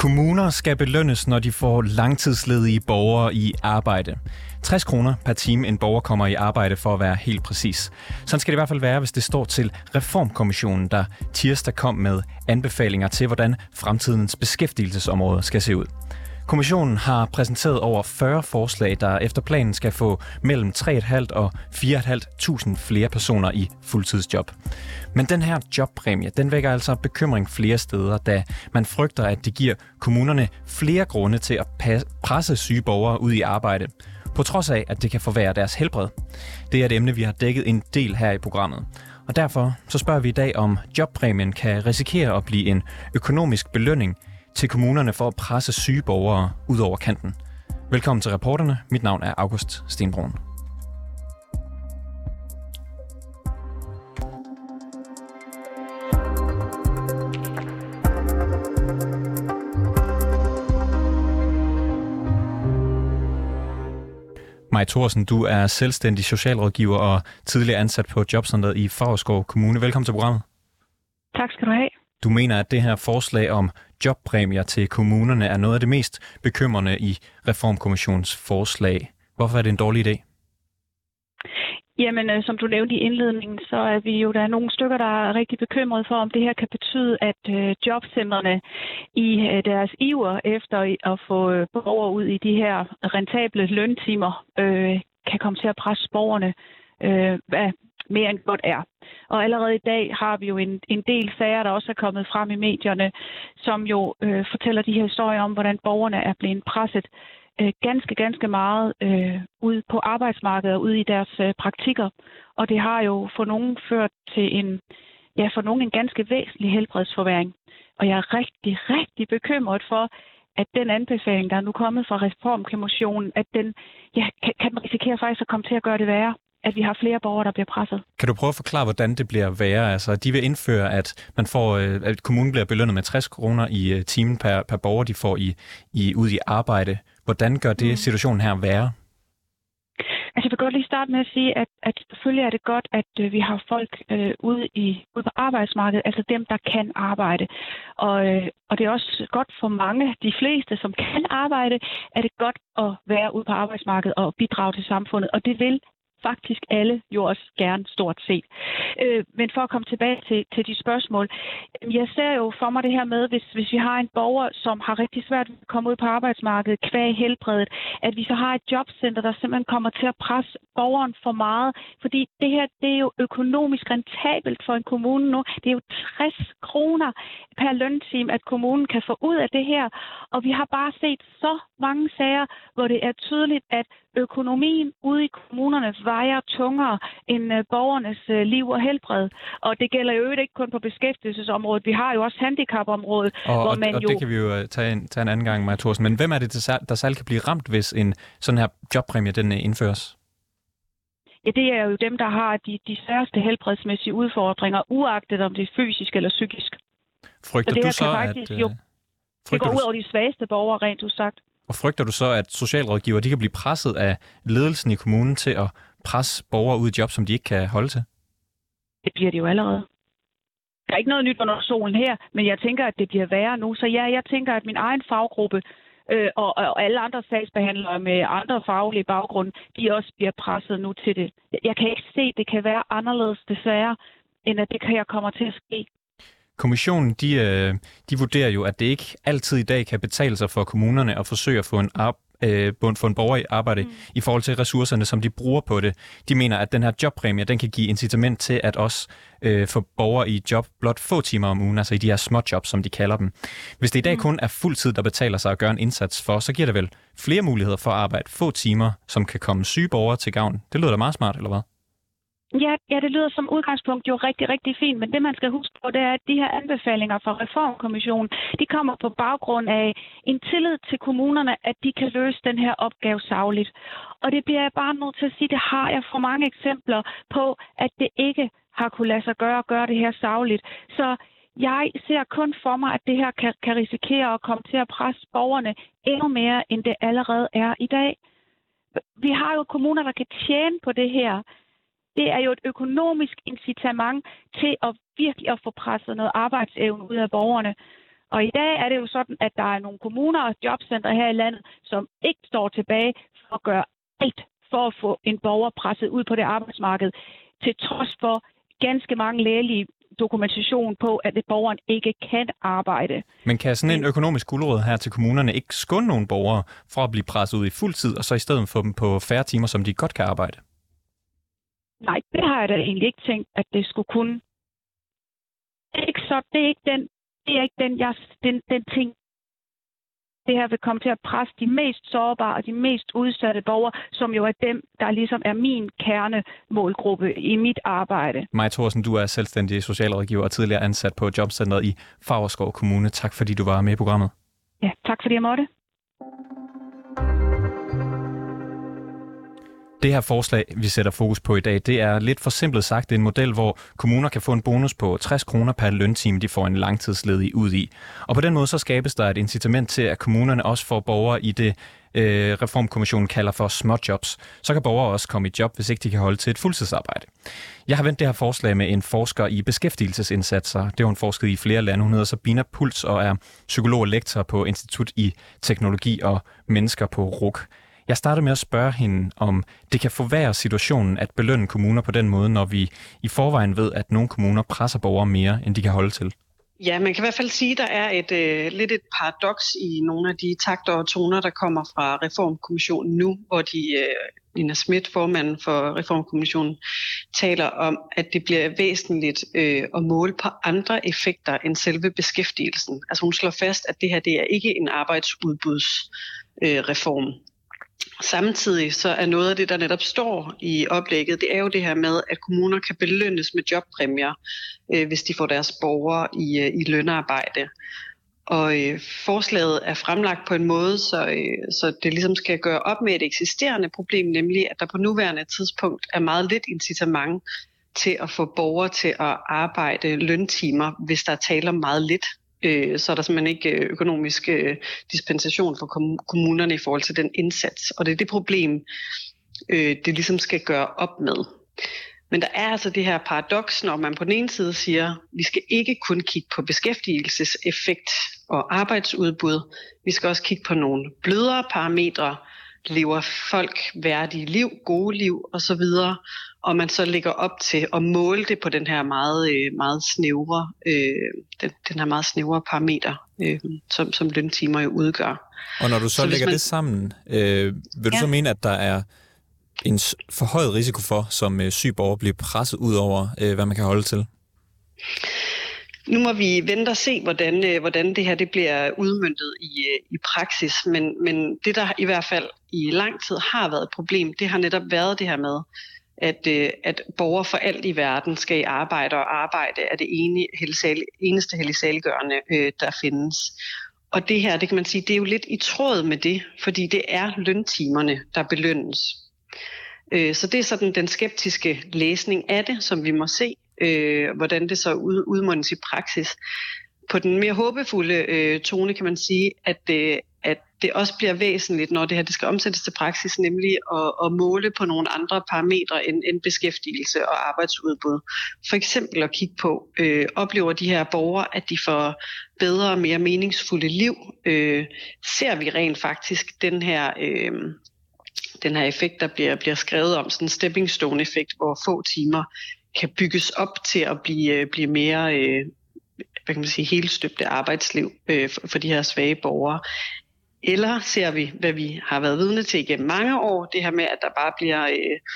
Kommuner skal belønnes, når de får langtidsledige borgere i arbejde. 60 kroner per time en borger kommer i arbejde, for at være helt præcis. Sådan skal det i hvert fald være, hvis det står til Reformkommissionen, der tirsdag kom med anbefalinger til, hvordan fremtidens beskæftigelsesområde skal se ud. Kommissionen har præsenteret over 40 forslag, der efter planen skal få mellem 3.500 og 4.500 flere personer i fuldtidsjob. Men den her jobpræmie, den vækker altså bekymring flere steder, da man frygter, at det giver kommunerne flere grunde til at presse syge borgere ud i arbejde, på trods af, at det kan forværre deres helbred. Det er et emne, vi har dækket en del her i programmet. Og derfor så spørger vi i dag, om jobpræmien kan risikere at blive en økonomisk belønning til kommunerne for at presse syge borgere ud over kanten. Velkommen til Reporterne. Mit navn er August Stenbrun. Maj Thorsen, du er selvstændig socialrådgiver og tidligere ansat på Jobcentret i Favrskov Kommune. Velkommen til programmet. Tak skal du have. Du mener, at det her forslag om jobpræmier til kommunerne er noget af det mest bekymrende i Reformkommissionens forslag. Hvorfor er det en dårlig idé? Jamen, som du nævnte i indledningen, så er der er nogle stykker, der er rigtig bekymrede for, om det her kan betyde, at jobcentrene i deres iver efter at få borgere ud i de her rentable løntimer, kan komme til at presse borgerne, hvad mere end godt er. Og allerede i dag har vi jo en del sager, der også er kommet frem i medierne, som jo fortæller de her historier om, hvordan borgerne er blevet presset ganske meget ud på arbejdsmarkedet og ud i deres praktikker. Og det har jo for nogen ført til en ganske væsentlig helbredsforværring. Og jeg er rigtig bekymret for, at den anbefaling, der er nu kommet fra Reformkommissionen, at den kan risikere faktisk at komme til at gøre det værre, at vi har flere borgere, der bliver presset. Kan du prøve at forklare, hvordan det bliver værre? Altså, de vil indføre, at kommunen bliver belønnet med 60 kroner i timen per borger, de får ud i arbejde. Hvordan gør det situationen her værre? Altså, jeg vil godt lige starte med at sige, at selvfølgelig er det godt, at vi har folk ude på arbejdsmarkedet, altså dem, der kan arbejde. Og det er også godt for mange, de fleste, som kan arbejde, er det godt at være ude på arbejdsmarkedet og bidrage til samfundet. Og det vil faktisk alle jo også gerne stort set. Men for at komme tilbage til de spørgsmål. Jeg ser jo for mig det her med, hvis vi har en borger, som har rigtig svært ved at komme ud på arbejdsmarkedet, kvæg helbredet, at vi så har et jobcenter, der simpelthen kommer til at presse borgeren for meget. Fordi det her, det er jo økonomisk rentabelt for en kommune nu. Det er jo 60 kroner per løntime, at kommunen kan få ud af det her. Og vi har bare set så mange sager, hvor det er tydeligt, at økonomien ude i kommunerne vejer tungere end borgernes liv og helbred. Og det gælder jo ikke kun på beskæftigelsesområdet. Vi har jo også handicapområdet. Og det kan vi jo tage en anden gang, Maj Thorsen. Men hvem er det, der særligt kan blive ramt, hvis en sådan her jobpræmie den indføres? Ja, det er jo dem, der har de største helbredsmæssige udfordringer, uagtet om det er fysisk eller psykisk. Frygter du så, at det går ud over de svageste borgere, rent udsagt. Og frygter du så, at socialrådgiver de kan blive presset af ledelsen i kommunen til at presse borgere ud i job, som de ikke kan holde til? Det bliver det jo allerede. Der er ikke noget nyt under solen her, men jeg tænker, at det bliver værre nu. Så ja, jeg tænker, at min egen faggruppe og alle andre sagsbehandlere med andre faglige baggrunde, de også bliver presset nu til det. Jeg kan ikke se, at det kan være anderledes desværre, end at det kan komme til at ske. Kommissionen de vurderer jo, at det ikke altid i dag kan betale sig for kommunerne at forsøge at få en borger i arbejde i forhold til ressourcerne, som de bruger på det. De mener, at den her jobpræmie, den kan give incitament til at også få borgere i job blot få timer om ugen, altså i de her småjobs, som de kalder dem. Hvis det i dag kun er fuldtid, der betaler sig at gøre en indsats for, så giver det vel flere muligheder for at arbejde få timer, som kan komme syge borgere til gavn. Det lyder da meget smart, eller hvad? Ja, det lyder som udgangspunkt jo rigtig fint, men det man skal huske på, det er, at de her anbefalinger fra Reformkommissionen, de kommer på baggrund af en tillid til kommunerne, at de kan løse den her opgave sagligt. Og det bliver jeg bare nødt til at sige, det har jeg for mange eksempler på, at det ikke har kunne lade sig gøre det her sagligt. Så jeg ser kun for mig, at det her kan risikere at komme til at presse borgerne endnu mere, end det allerede er i dag. Vi har jo kommuner, der kan tjene på det her. Det er jo et økonomisk incitament til at virkelig at få presset noget arbejdsevne ud af borgerne. Og i dag er det jo sådan, at der er nogle kommuner og jobcentre her i landet, som ikke står tilbage for at gøre alt for at få en borger presset ud på det arbejdsmarked, til trods for ganske mange lægelige dokumentation på, at borgeren ikke kan arbejde. Men kan sådan en økonomisk gulerod her til kommunerne ikke skåne nogle borgere fra at blive presset ud i fuld tid, og så i stedet få dem på færre timer, som de godt kan arbejde? Nej, det har jeg da egentlig ikke tænkt, at det skulle kunne. Det er ikke den ting. Det her vil komme til at presse de mest sårbare og de mest udsatte borgere, som jo er dem, der ligesom er min kernemålgruppe i mit arbejde. Maja Thorsen, du er selvstændig socialrådgiver og tidligere ansat på Jobcentret i Favrskov Kommune. Tak fordi du var med i programmet. Ja, tak fordi jeg måtte. Det her forslag, vi sætter fokus på i dag, det er lidt forsimplet sagt en model, hvor kommuner kan få en bonus på 60 kroner per løntime, de får en langtidsledig ud i. Og på den måde så skabes der et incitament til, at kommunerne også får borgere i det, Reformkommissionen kalder for småjobs. Så kan borgere også komme i job, hvis ikke de kan holde til et fuldtidsarbejde. Jeg har vendt det her forslag med en forsker i beskæftigelsesindsatser. Det har hun forsket i flere lande. Hun hedder Sabina Puls og er psykolog og lektor på Institut i Teknologi og Mennesker på RUC. Jeg startede med at spørge hende, om det kan forværre situationen at belønne kommuner på den måde, når vi i forvejen ved, at nogle kommuner presser borgere mere, end de kan holde til. Ja, man kan i hvert fald sige, at der er lidt et paradoks i nogle af de takter og toner, der kommer fra Reformkommissionen nu, hvor Nina Smith, formanden for Reformkommissionen, taler om, at det bliver væsentligt at måle på andre effekter end selve beskæftigelsen. Altså hun slår fast, at det her det er ikke en arbejdsudbudsreform. Samtidig så er noget af det, der netop står i oplægget, det er jo det her med, at kommuner kan belønnes med jobpræmier, hvis de får deres borgere i lønarbejde. Og forslaget er fremlagt på en måde, så det ligesom skal gøre op med et eksisterende problem, nemlig at der på nuværende tidspunkt er meget lidt incitament til at få borgere til at arbejde løntimer, hvis der taler meget lidt. Så er der simpelthen ikke økonomisk dispensation for kommunerne i forhold til den indsats. Og det er det problem, det ligesom skal gøre op med. Men der er altså det her paradoks, når man på den ene side siger, at vi skal ikke kun kigge på beskæftigelseseffekt og arbejdsudbud. Vi skal også kigge på nogle blødere parametre. Lever folk værdige liv, gode liv osv., og man så lægger op til at måle det på den her meget snævre, den her meget snævre parameter, som løntimer jo udgør. Og når du så lægger det sammen, vil du så mene, at der er en forhøjet risiko for, som syg borger bliver presset ud over, hvad man kan holde til? Nu må vi vente og se, hvordan det her det bliver udmøntet i praksis, men det, der i hvert fald i lang tid har været et problem, det har netop været det her med, at borgere for alt i verden skal i arbejde, og arbejde er det eneste helligsaligørende, der findes. Og det her, det kan man sige, det er jo lidt i tråd med det, fordi det er løntimerne, der belønnes. Så det er sådan den skeptiske læsning af det, som vi må se, hvordan det så udmundes i praksis. På den mere håbefulde tone kan man sige, at det også bliver væsentligt, når det her det skal omsættes til praksis, nemlig at måle på nogle andre parametre end beskæftigelse og arbejdsudbud. For eksempel at kigge på, oplever de her borgere, at de får bedre og mere meningsfulde liv? Ser vi rent faktisk den her effekt, der bliver skrevet om, sådan en stepping stone effekt, hvor få timer kan bygges op til at blive mere hvad kan man sige, helstøbte arbejdsliv for de her svage borgere. Eller ser vi, hvad vi har været vidne til igennem mange år, det her med, at der bare bliver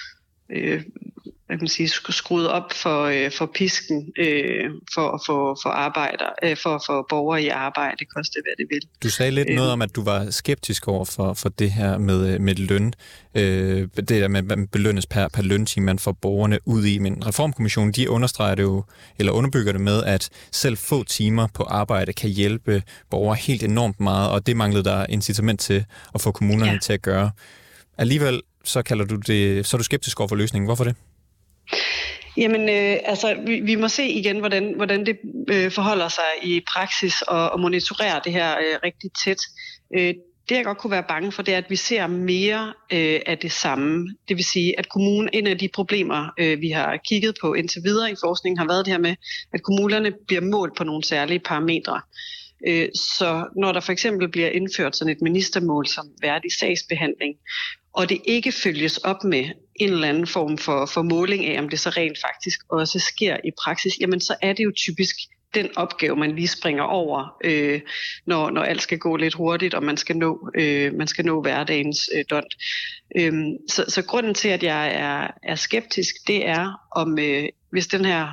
hvad kan man sige, skruet op for pisken for at få borgere i arbejde, koste hvad det vil. Du sagde lidt noget om, at du var skeptisk over for det her med løn. Det der med, at man belønnes per løntime, man får borgerne ud i. Men Reformkommissionen, de understreger det jo, eller underbygger det med, at selv få timer på arbejde kan hjælpe borgere helt enormt meget, og det manglede der incitament til at få kommunerne til at gøre. Alligevel så kalder du det, så er du skeptisk over for løsningen. Hvorfor det? Jamen, vi må se igen, hvordan det forholder sig i praksis og monitorere det her rigtig tæt. Det jeg godt kunne være bange for, det er, at vi ser mere af det samme. Det vil sige, at en af de problemer, vi har kigget på indtil videre i forskningen, har været det her med, at kommunerne bliver målt på nogle særlige parametre. Så når der for eksempel bliver indført sådan et ministermål som værdig sagsbehandling, og det ikke følges op med en eller anden form for måling af, om det så rent faktisk også sker i praksis, jamen så er det jo typisk den opgave, man lige springer over, når alt skal gå lidt hurtigt, og man skal nå hverdagens dont. Så grunden til, at jeg er skeptisk, det er, om hvis den her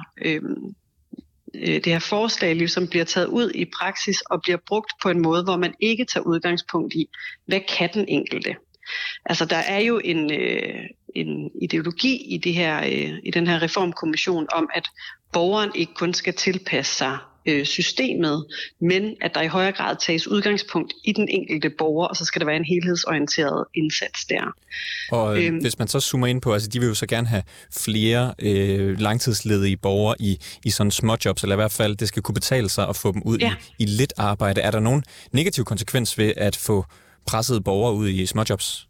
det her forslag ligesom bliver taget ud i praksis og bliver brugt på en måde, hvor man ikke tager udgangspunkt i, hvad kan den enkelte? Altså der er jo en ideologi i den her reformkommission om, at borgeren ikke kun skal tilpasse sig systemet, men at der i højere grad tages udgangspunkt i den enkelte borger, og så skal der være en helhedsorienteret indsats der. Og hvis man så zoomer ind på, altså de vil jo så gerne have flere langtidsledige borgere i sådan småjobs, eller i hvert fald det skal kunne betale sig at få dem ud i lidt arbejde. Er der nogen negativ konsekvens ved at få pressede borgere ud i småjobs?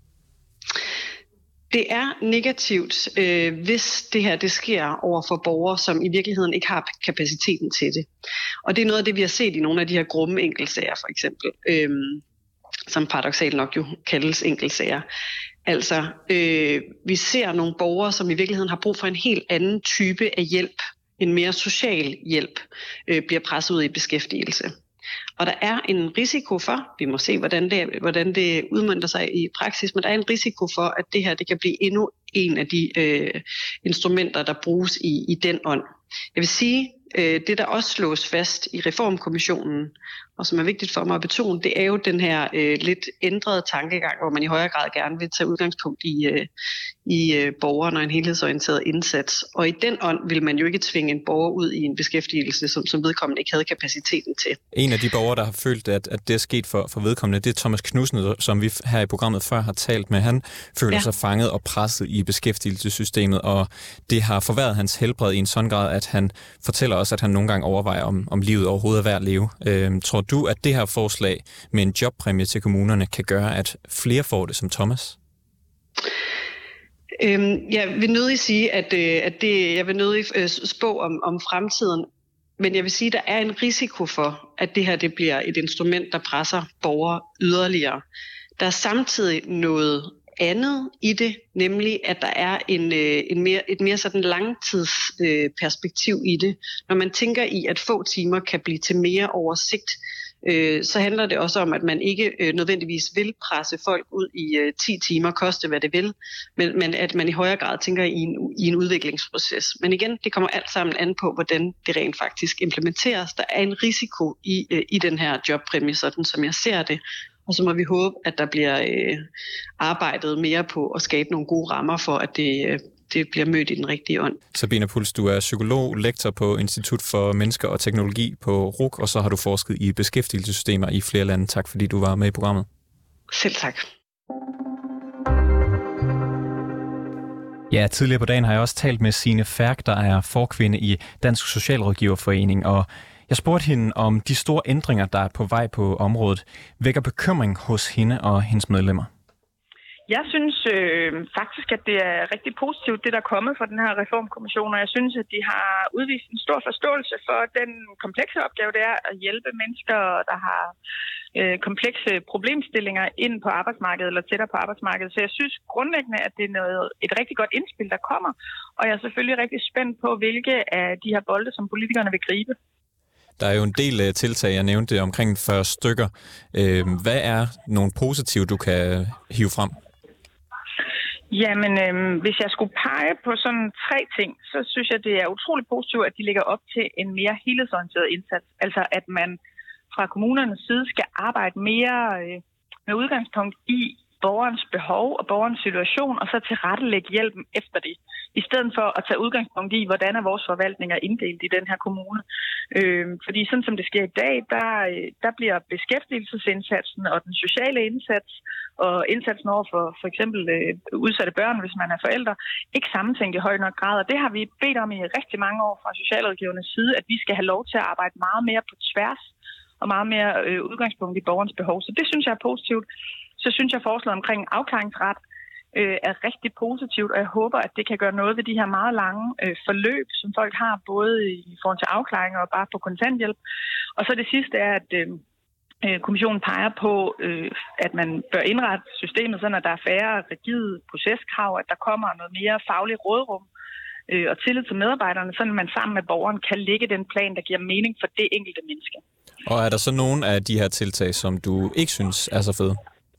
Det er negativt, hvis det her det sker over for borgere, som i virkeligheden ikke har kapaciteten til det. Og det er noget af det, vi har set i nogle af de her grumme enkeltsager, for eksempel, som paradoksalt nok jo kaldes enkeltsager. Altså, vi ser nogle borgere, som i virkeligheden har brug for en helt anden type af hjælp, en mere social hjælp, bliver presset ud i beskæftigelse. Og der er en risiko for, vi må se, hvordan det udmønter sig i praksis, men der er en risiko for, at det her det kan blive endnu en af de instrumenter, der bruges i den ånd. Jeg vil sige, det der også slås fast i reformkommissionen, og som er vigtigt for mig at betone, det er jo den her lidt ændrede tankegang, hvor man i højere grad gerne vil tage udgangspunkt i borgeren og en helhedsorienteret indsats. Og i den ånd vil man jo ikke tvinge en borger ud i en beskæftigelse, som vedkommende ikke havde kapaciteten til. En af de borgere, der har følt, at det er sket for vedkommende, det er Thomas Knudsen, som vi her i programmet før har talt med. Han føler sig fanget og presset i beskæftigelsessystemet, og det har forværret hans helbred i en sådan grad, at han fortæller også, at han nogle gange overvejer, om livet overhovedet er værd at leve. Tror du, at det her forslag med en jobpræmie til kommunerne kan gøre, at flere får det som Thomas? Jeg vil nødig sige, jeg vil nødig spå om fremtiden, men jeg vil sige, at der er en risiko for, at det her det bliver et instrument, der presser borgere yderligere. Der er samtidig noget andet i det, nemlig at der er et mere sådan langtidsperspektiv i det. Når man tænker i, at få timer kan blive til mere oversigt, så handler det også om, at man ikke nødvendigvis vil presse folk ud i 10 timer, koste hvad det vil, men at man i højere grad tænker i en udviklingsproces. Men igen, det kommer alt sammen an på, hvordan det rent faktisk implementeres. Der er en risiko i den her jobpræmie, sådan som jeg ser det. Og så må vi håbe, at der bliver arbejdet mere på at skabe nogle gode rammer for, at det bliver mødt i den rigtige ånd. Sabina Puls, du er psykolog, lektor på Institut for Mennesker og Teknologi på RUC, og så har du forsket i beskæftigelsessystemer i flere lande. Tak fordi du var med i programmet. Selv tak. Ja, tidligere på dagen har jeg også talt med Signe Færk, der er forkvinde i Dansk Socialrådgiverforening, og jeg spurgte hende om de store ændringer, der er på vej på området, vækker bekymring hos hende og hendes medlemmer. Jeg synes faktisk, at det er rigtig positivt, det der er kommet fra den her reformkommission, og jeg synes, at de har udvist en stor forståelse for den komplekse opgave, det er at hjælpe mennesker, der har komplekse problemstillinger ind på arbejdsmarkedet eller tættere på arbejdsmarkedet. Så jeg synes grundlæggende, at det er et rigtig godt indspil, der kommer, og jeg er selvfølgelig rigtig spændt på, hvilke af de her bolde, som politikerne vil gribe. Der er jo en del tiltag, jeg nævnte omkring 40 stykker. Hvad er nogle positive, du kan hive frem? Jamen, hvis jeg skulle pege på sådan 3 ting, så synes jeg, det er utroligt positivt, at de lægger op til en mere helhedsorienteret indsats. Altså, at man fra kommunernes side skal arbejde mere med udgangspunkt i borgerens behov og borgerens situation, og så tilrettelægge hjælpen efter det. I stedet for at tage udgangspunkt i, hvordan er vores forvaltninger inddelt i den her kommune. Fordi sådan som det sker i dag, der bliver beskæftigelsesindsatsen og den sociale indsats og indsatsen over for eksempel udsatte børn, hvis man er forældre, ikke sammentænkt i høj nok grad. Og det har vi bedt om i rigtig mange år fra socialrådgivernes side, at vi skal have lov til at arbejde meget mere på tværs og meget mere udgangspunkt i borgerens behov. Så det synes jeg er positivt. Så synes jeg forslaget omkring afklaringsret er rigtig positivt, og jeg håber, at det kan gøre noget ved de her meget lange forløb, som folk har, både i forhold til afklaringer og bare på kontanthjælp. Og så det sidste er, at kommissionen peger på, at man bør indrette systemet, sådan at der er færre rigide proceskrav, at der kommer noget mere fagligt rådrum og tillid til medarbejderne, sådan at man sammen med borgeren kan lægge den plan, der giver mening for det enkelte menneske. Og er der så nogle af de her tiltag, som du ikke synes er så fede?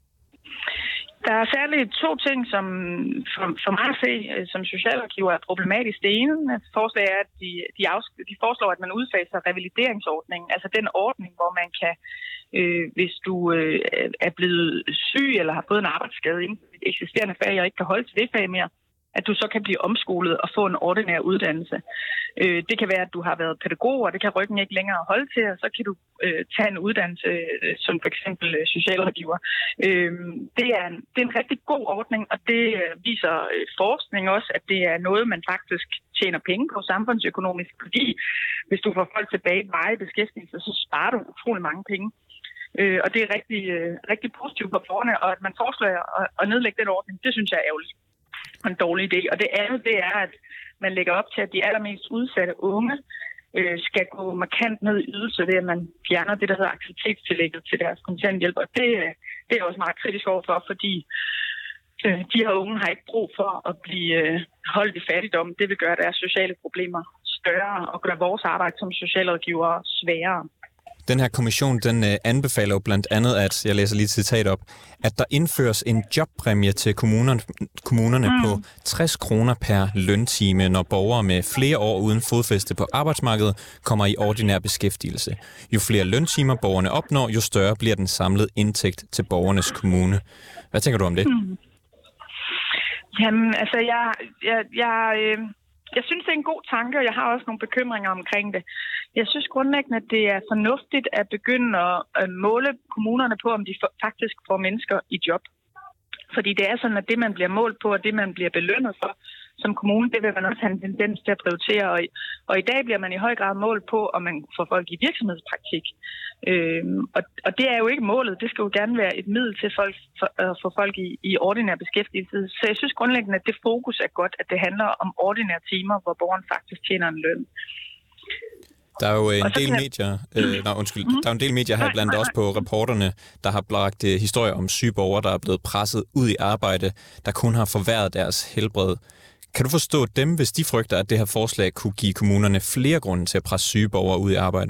Der er særligt 2 ting, som for mig at se, som socialrådgiver er problematisk. Det ene forslag er, at de foreslår, at man udfaser revalideringsordningen, altså den ordning, hvor man kan, hvis du er blevet syg eller har fået en arbejdsskade inden for et eksisterende fag, og ikke kan holde til det fag mere, at du så kan blive omskolet og få en ordinær uddannelse. Det kan være, at du har været pædagog, og det kan ryggen ikke længere holde til, og så kan du tage en uddannelse som for eksempel socialrådgiver. Det er en rigtig god ordning, og det viser forskning også, at det er noget, man faktisk tjener penge på samfundsøkonomisk, fordi hvis du får folk tilbage i varig beskæftigelse, så sparer du utrolig mange penge. Og det er rigtig positivt for borgerne, og at man foreslår at nedlægge den ordning, det synes jeg er ærgerligt. En dårlig idé. Og det andet, det er, at man lægger op til, at de allermest udsatte unge skal gå markant ned i ydelse ved, at man fjerner det, der hedder aktivitetstillægget til deres kontanthjælp. Og det er også meget kritisk overfor, fordi de her unge har ikke brug for at blive holdt i fattigdom. Det vil gøre deres sociale problemer større og gøre vores arbejde som socialrådgivere sværere. Den her kommission, den anbefaler jo blandt andet, at, jeg læser lige et citat op, at der indføres en jobpræmie til kommunerne på 60 kroner per løntime, når borgere med flere år uden fodfæste på arbejdsmarkedet kommer i ordinær beskæftigelse. Jo flere løntimer borgerne opnår, jo større bliver den samlede indtægt til borgernes kommune. Hvad tænker du om det? Jamen, altså, jeg synes, det er en god tanke, og jeg har også nogle bekymringer omkring det. Jeg synes grundlæggende, at det er fornuftigt at begynde at måle kommunerne på, om de faktisk får mennesker i job. Fordi det er sådan, at det, man bliver målt på, og det, man bliver belønnet for som kommune, det vil man også have en tendens til at prioritere. Og i dag bliver man i høj grad målt på, om man får folk i virksomhedspraktik. Og det er jo ikke målet. Det skal jo gerne være et middel til at få folk i ordinær beskæftigelse. Så jeg synes grundlæggende, at det fokus er godt, at det handler om ordinære timer, hvor borgeren faktisk tjener en løn. Der er jo en del medier, der er en del medier her blandt også på reporterne, der har bragt historier om syge borgere, der er blevet presset ud i arbejde, der kun har forværret deres helbred. Kan du forstå dem, hvis de frygter, at det her forslag kunne give kommunerne flere grunde til at presse syge borgere ud i arbejde?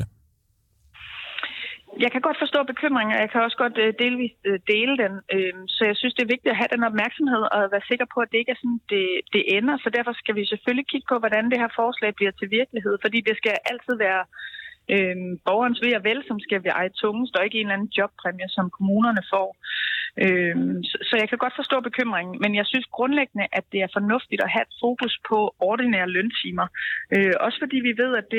Jeg kan godt forstå bekymringen, og jeg kan også godt delvist dele den. Så jeg synes, det er vigtigt at have den opmærksomhed og være sikker på, at det ikke er sådan, det ender. Så derfor skal vi selvfølgelig kigge på, hvordan det her forslag bliver til virkelighed. Fordi det skal altid være borgerens ved og vel, som skal veje tungest, og ikke en eller anden jobpræmie, som kommunerne får. Så jeg kan godt forstå bekymringen, men jeg synes grundlæggende, at det er fornuftigt at have et fokus på ordinære løntimer. Også fordi vi ved, at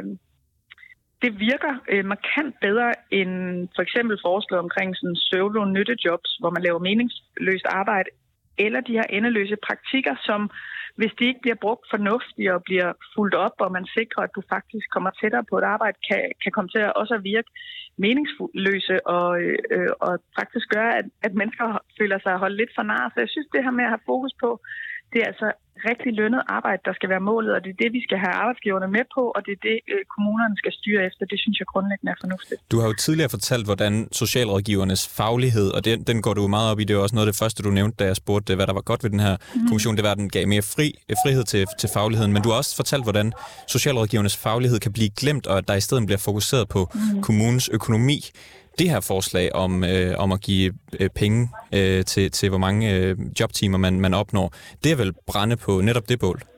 det virker markant bedre end for eksempel forslag omkring sådan pseudo-nyttejobs, hvor man laver meningsløst arbejde, eller de her endeløse praktikker, som hvis de ikke bliver brugt fornuftigt og bliver fulgt op, og man sikrer, at du faktisk kommer tættere på et arbejde, kan komme til at også at virke meningsløse og faktisk gøre, at mennesker føler sig holdt lidt for nar. Så jeg synes, det her med at have fokus på, det er altså rigtig lønnet arbejde, der skal være målet, og det er det, vi skal have arbejdsgiverne med på, og det er det, kommunerne skal styre efter. Det synes jeg grundlæggende er fornuftigt. Du har jo tidligere fortalt, hvordan socialrådgivernes faglighed, og den går du meget op i, det er også noget af det første, du nævnte, da jeg spurgte, hvad der var godt ved den her kommission, det var, at den gav mere frihed til fagligheden, men du har også fortalt, hvordan socialrådgivernes faglighed kan blive glemt, og at der i stedet bliver fokuseret på kommunens økonomi. Det her forslag om at give penge til hvor mange jobtimer man opnår, det er vel brænde på netop det bål?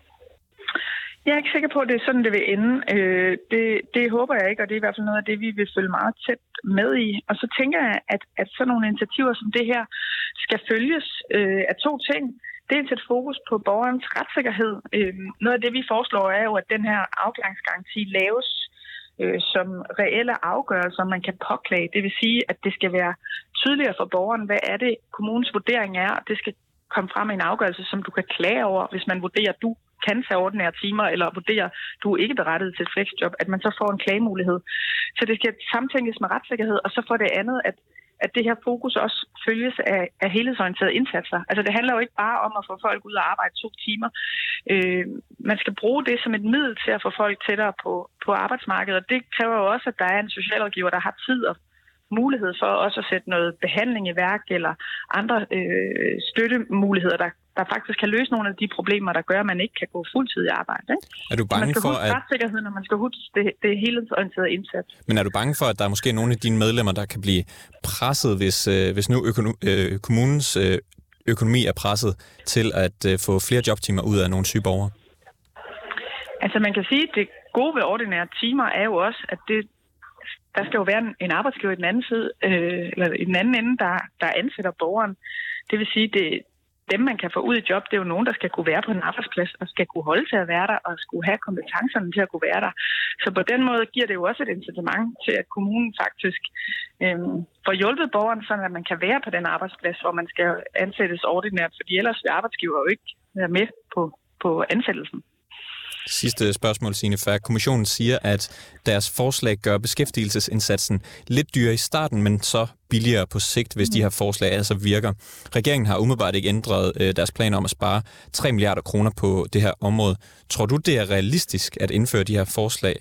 Jeg er ikke sikker på, at det er sådan, det vil ende. Det håber jeg ikke, og det er i hvert fald noget af det, vi vil følge meget tæt med i. Og så tænker jeg, at sådan nogle initiativer som det her skal følges af 2 ting. Dels et fokus på borgerens retssikkerhed. Noget af det, vi foreslår, er jo, at den her afklaringsgaranti laves som reelle afgørelser, man kan påklage. Det vil sige, at det skal være tydeligere for borgeren, hvad er det, kommunens vurdering er, og det skal komme frem i en afgørelse, som du kan klage over, hvis man vurderer, at du kan tage ordinære timer, eller vurderer, at du er ikke berettiget til et flexjob, at man så får en klagemulighed. Så det skal samtænkes med retssikkerhed, og så for det andet, at det her fokus også følges af helhedsorienterede indsatser. Altså det handler jo ikke bare om at få folk ud og arbejde 2 timer. Man skal bruge det som et middel til at få folk tættere på arbejdsmarkedet, og det kræver jo også, at der er en socialrådgiver, der har tid og mulighed for også at sætte noget behandling i værk eller andre støttemuligheder, der faktisk kan løse nogle af de problemer, der gør, at man ikke kan gå fuldtid i arbejde. Ikke? Er du bange for, at retssikkerheden, når man skal huske det helhedsorienterede indsats? Men er du bange for, at der er måske nogle af dine medlemmer, der kan blive presset, hvis nu kommunens økonomi er presset til at få flere jobtimer ud af nogle syge borgere? Altså man kan sige, at det gode ved ordinære timer er jo også, at der skal jo være en arbejdsgiver i den anden side, eller i den anden ende, der ansætter borgeren. Det vil sige, det dem, man kan få ud i job, det er jo nogen, der skal kunne være på en arbejdsplads og skal kunne holde til at være der og skulle have kompetencerne til at kunne være der. Så på den måde giver det jo også et incitament til, at kommunen faktisk får hjulpet borgeren, sådan at man kan være på den arbejdsplads, hvor man skal ansættes ordinært, fordi ellers vil arbejdsgiver jo ikke være med på ansættelsen. Sidste spørgsmål, Signe Færk. Kommissionen siger, at deres forslag gør beskæftigelsesindsatsen lidt dyrere i starten, men så billigere på sigt, hvis de her forslag altså virker. Regeringen har umiddelbart ikke ændret deres planer om at spare 3 milliarder kroner på det her område. Tror du, det er realistisk at indføre de her forslag?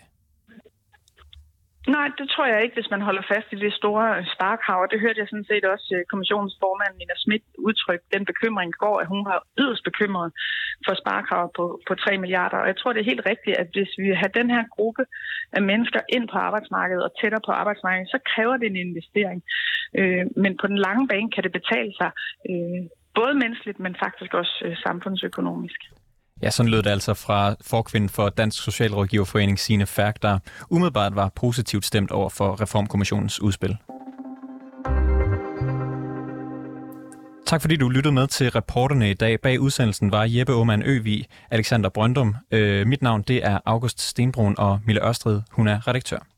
Nej, det tror jeg ikke, hvis man holder fast i det store sparekrav. Det hørte jeg sådan set også kommissionens formand, Nina Schmidt, udtrykke den bekymring i går, at hun var yderst bekymret for sparekrav på 3 milliarder. Og jeg tror, det er helt rigtigt, at hvis vi vil have den her gruppe af mennesker ind på arbejdsmarkedet og tættere på arbejdsmarkedet, så kræver det en investering. Men på den lange bane kan det betale sig, både menneskeligt, men faktisk også samfundsøkonomisk. Ja, sådan lød det altså fra forkvinden for Dansk Socialrådgiverforening, Signe Færk, der umiddelbart var positivt stemt over for Reformkommissionens udspil. Tak fordi du lyttede med til Reporterne i dag. Bag udsendelsen var Jeppe Aumann Øvig, Alexander Brøndum. Mit navn det er August Stenbrun, og Mille Ørstrid, hun er redaktør.